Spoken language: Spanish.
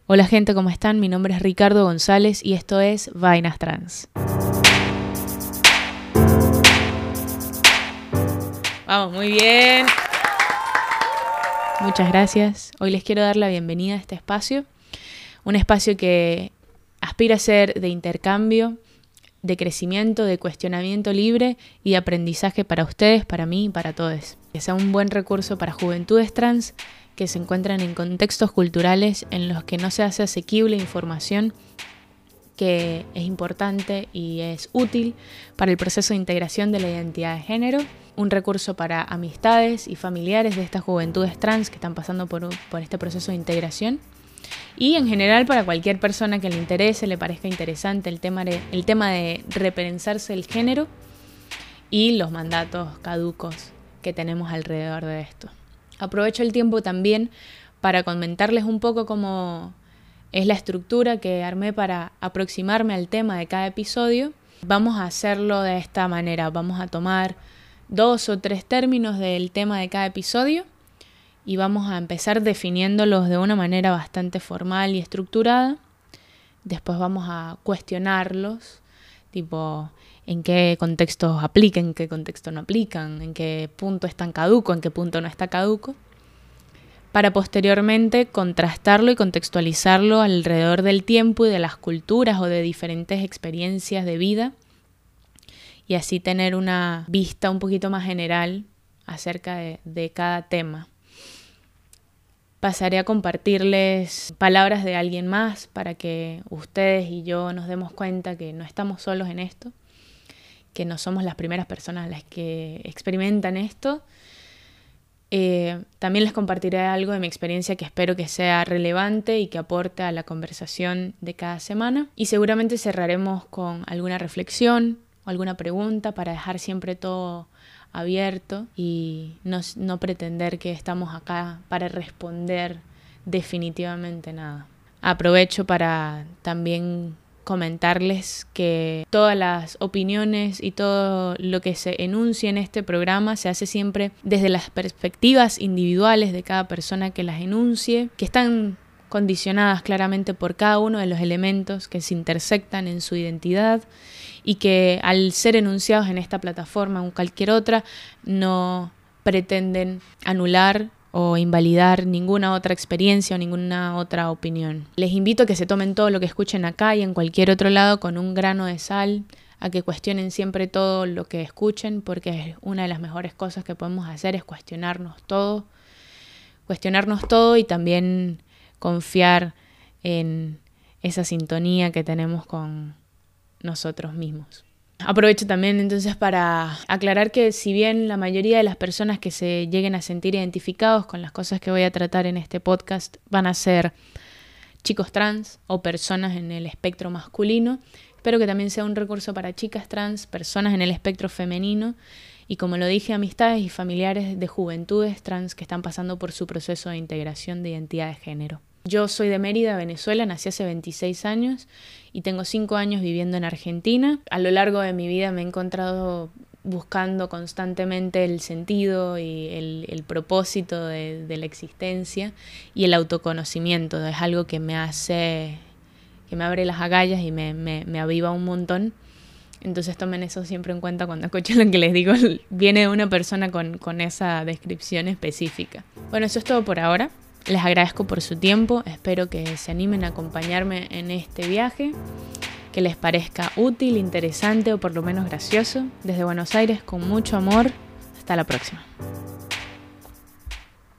Hola gente, ¿cómo están? Mi nombre es Ricardo González y esto es Vainas Trans. Vamos, muy bien. Muchas gracias. Hoy les quiero dar la bienvenida a este espacio. Un espacio que aspira a ser de intercambio, de crecimiento, de cuestionamiento libre y de aprendizaje para ustedes, para mí y para todos. Que sea un buen recurso para juventudes trans que se encuentran en contextos culturales en los que no se hace asequible información que es importante y es útil para el proceso de integración de la identidad de género. Un recurso para amistades y familiares de estas juventudes trans que están pasando por este proceso de integración. Y en general para cualquier persona que le interese, le parezca interesante el tema de repensarse el género y los mandatos caducos que tenemos alrededor de esto. Aprovecho el tiempo también para comentarles un poco cómo es la estructura que armé para aproximarme al tema de cada episodio. Vamos a hacerlo de esta manera. Vamos a tomar 2 o 3 términos del tema de cada episodio y vamos a empezar definiéndolos de una manera bastante formal y estructurada. Después vamos a cuestionarlos, tipo en qué contextos aplican, en qué contexto no aplican, en qué punto están caduco, en qué punto no está caduco, para posteriormente contrastarlo y contextualizarlo alrededor del tiempo y de las culturas o de diferentes experiencias de vida y así tener una vista un poquito más general acerca de cada tema. Pasaré a compartirles palabras de alguien más para que ustedes y yo nos demos cuenta que no estamos solos en esto, que no somos las primeras personas las que experimentan esto. También les compartiré algo de mi experiencia que espero que sea relevante y que aporte a la conversación de cada semana. Y seguramente cerraremos con alguna reflexión o alguna pregunta para dejar siempre todo abierto y no pretender que estamos acá para responder definitivamente nada. Aprovecho para también comentarles que todas las opiniones y todo lo que se enuncia en este programa se hace siempre desde las perspectivas individuales de cada persona que las enuncie, que están condicionadas claramente por cada uno de los elementos que se intersectan en su identidad y que al ser enunciados en esta plataforma o en cualquier otra no pretenden anular o invalidar ninguna otra experiencia o ninguna otra opinión. Les invito a que se tomen todo lo que escuchen acá y en cualquier otro lado con un grano de sal, a que cuestionen siempre todo lo que escuchen, porque una de las mejores cosas que podemos hacer es cuestionarnos todo y también confiar en esa sintonía que tenemos con nosotros mismos. Aprovecho también entonces para aclarar que si bien la mayoría de las personas que se lleguen a sentir identificados con las cosas que voy a tratar en este podcast van a ser chicos trans o personas en el espectro masculino, espero que también sea un recurso para chicas trans, personas en el espectro femenino y, como lo dije, amistades y familiares de juventudes trans que están pasando por su proceso de integración de identidad de género. Yo soy de Mérida, Venezuela, nací hace 26 años y tengo 5 años viviendo en Argentina. A lo largo de mi vida me he encontrado buscando constantemente el sentido y el propósito de la existencia y el autoconocimiento. Es algo que me abre las agallas y me aviva un montón. Entonces tomen eso siempre en cuenta cuando escuchen lo que les digo. Viene de una persona con esa descripción específica. Bueno, eso es todo por ahora. Les agradezco por su tiempo, espero que se animen a acompañarme en este viaje, que les parezca útil, interesante o por lo menos gracioso. Desde Buenos Aires, con mucho amor, hasta la próxima.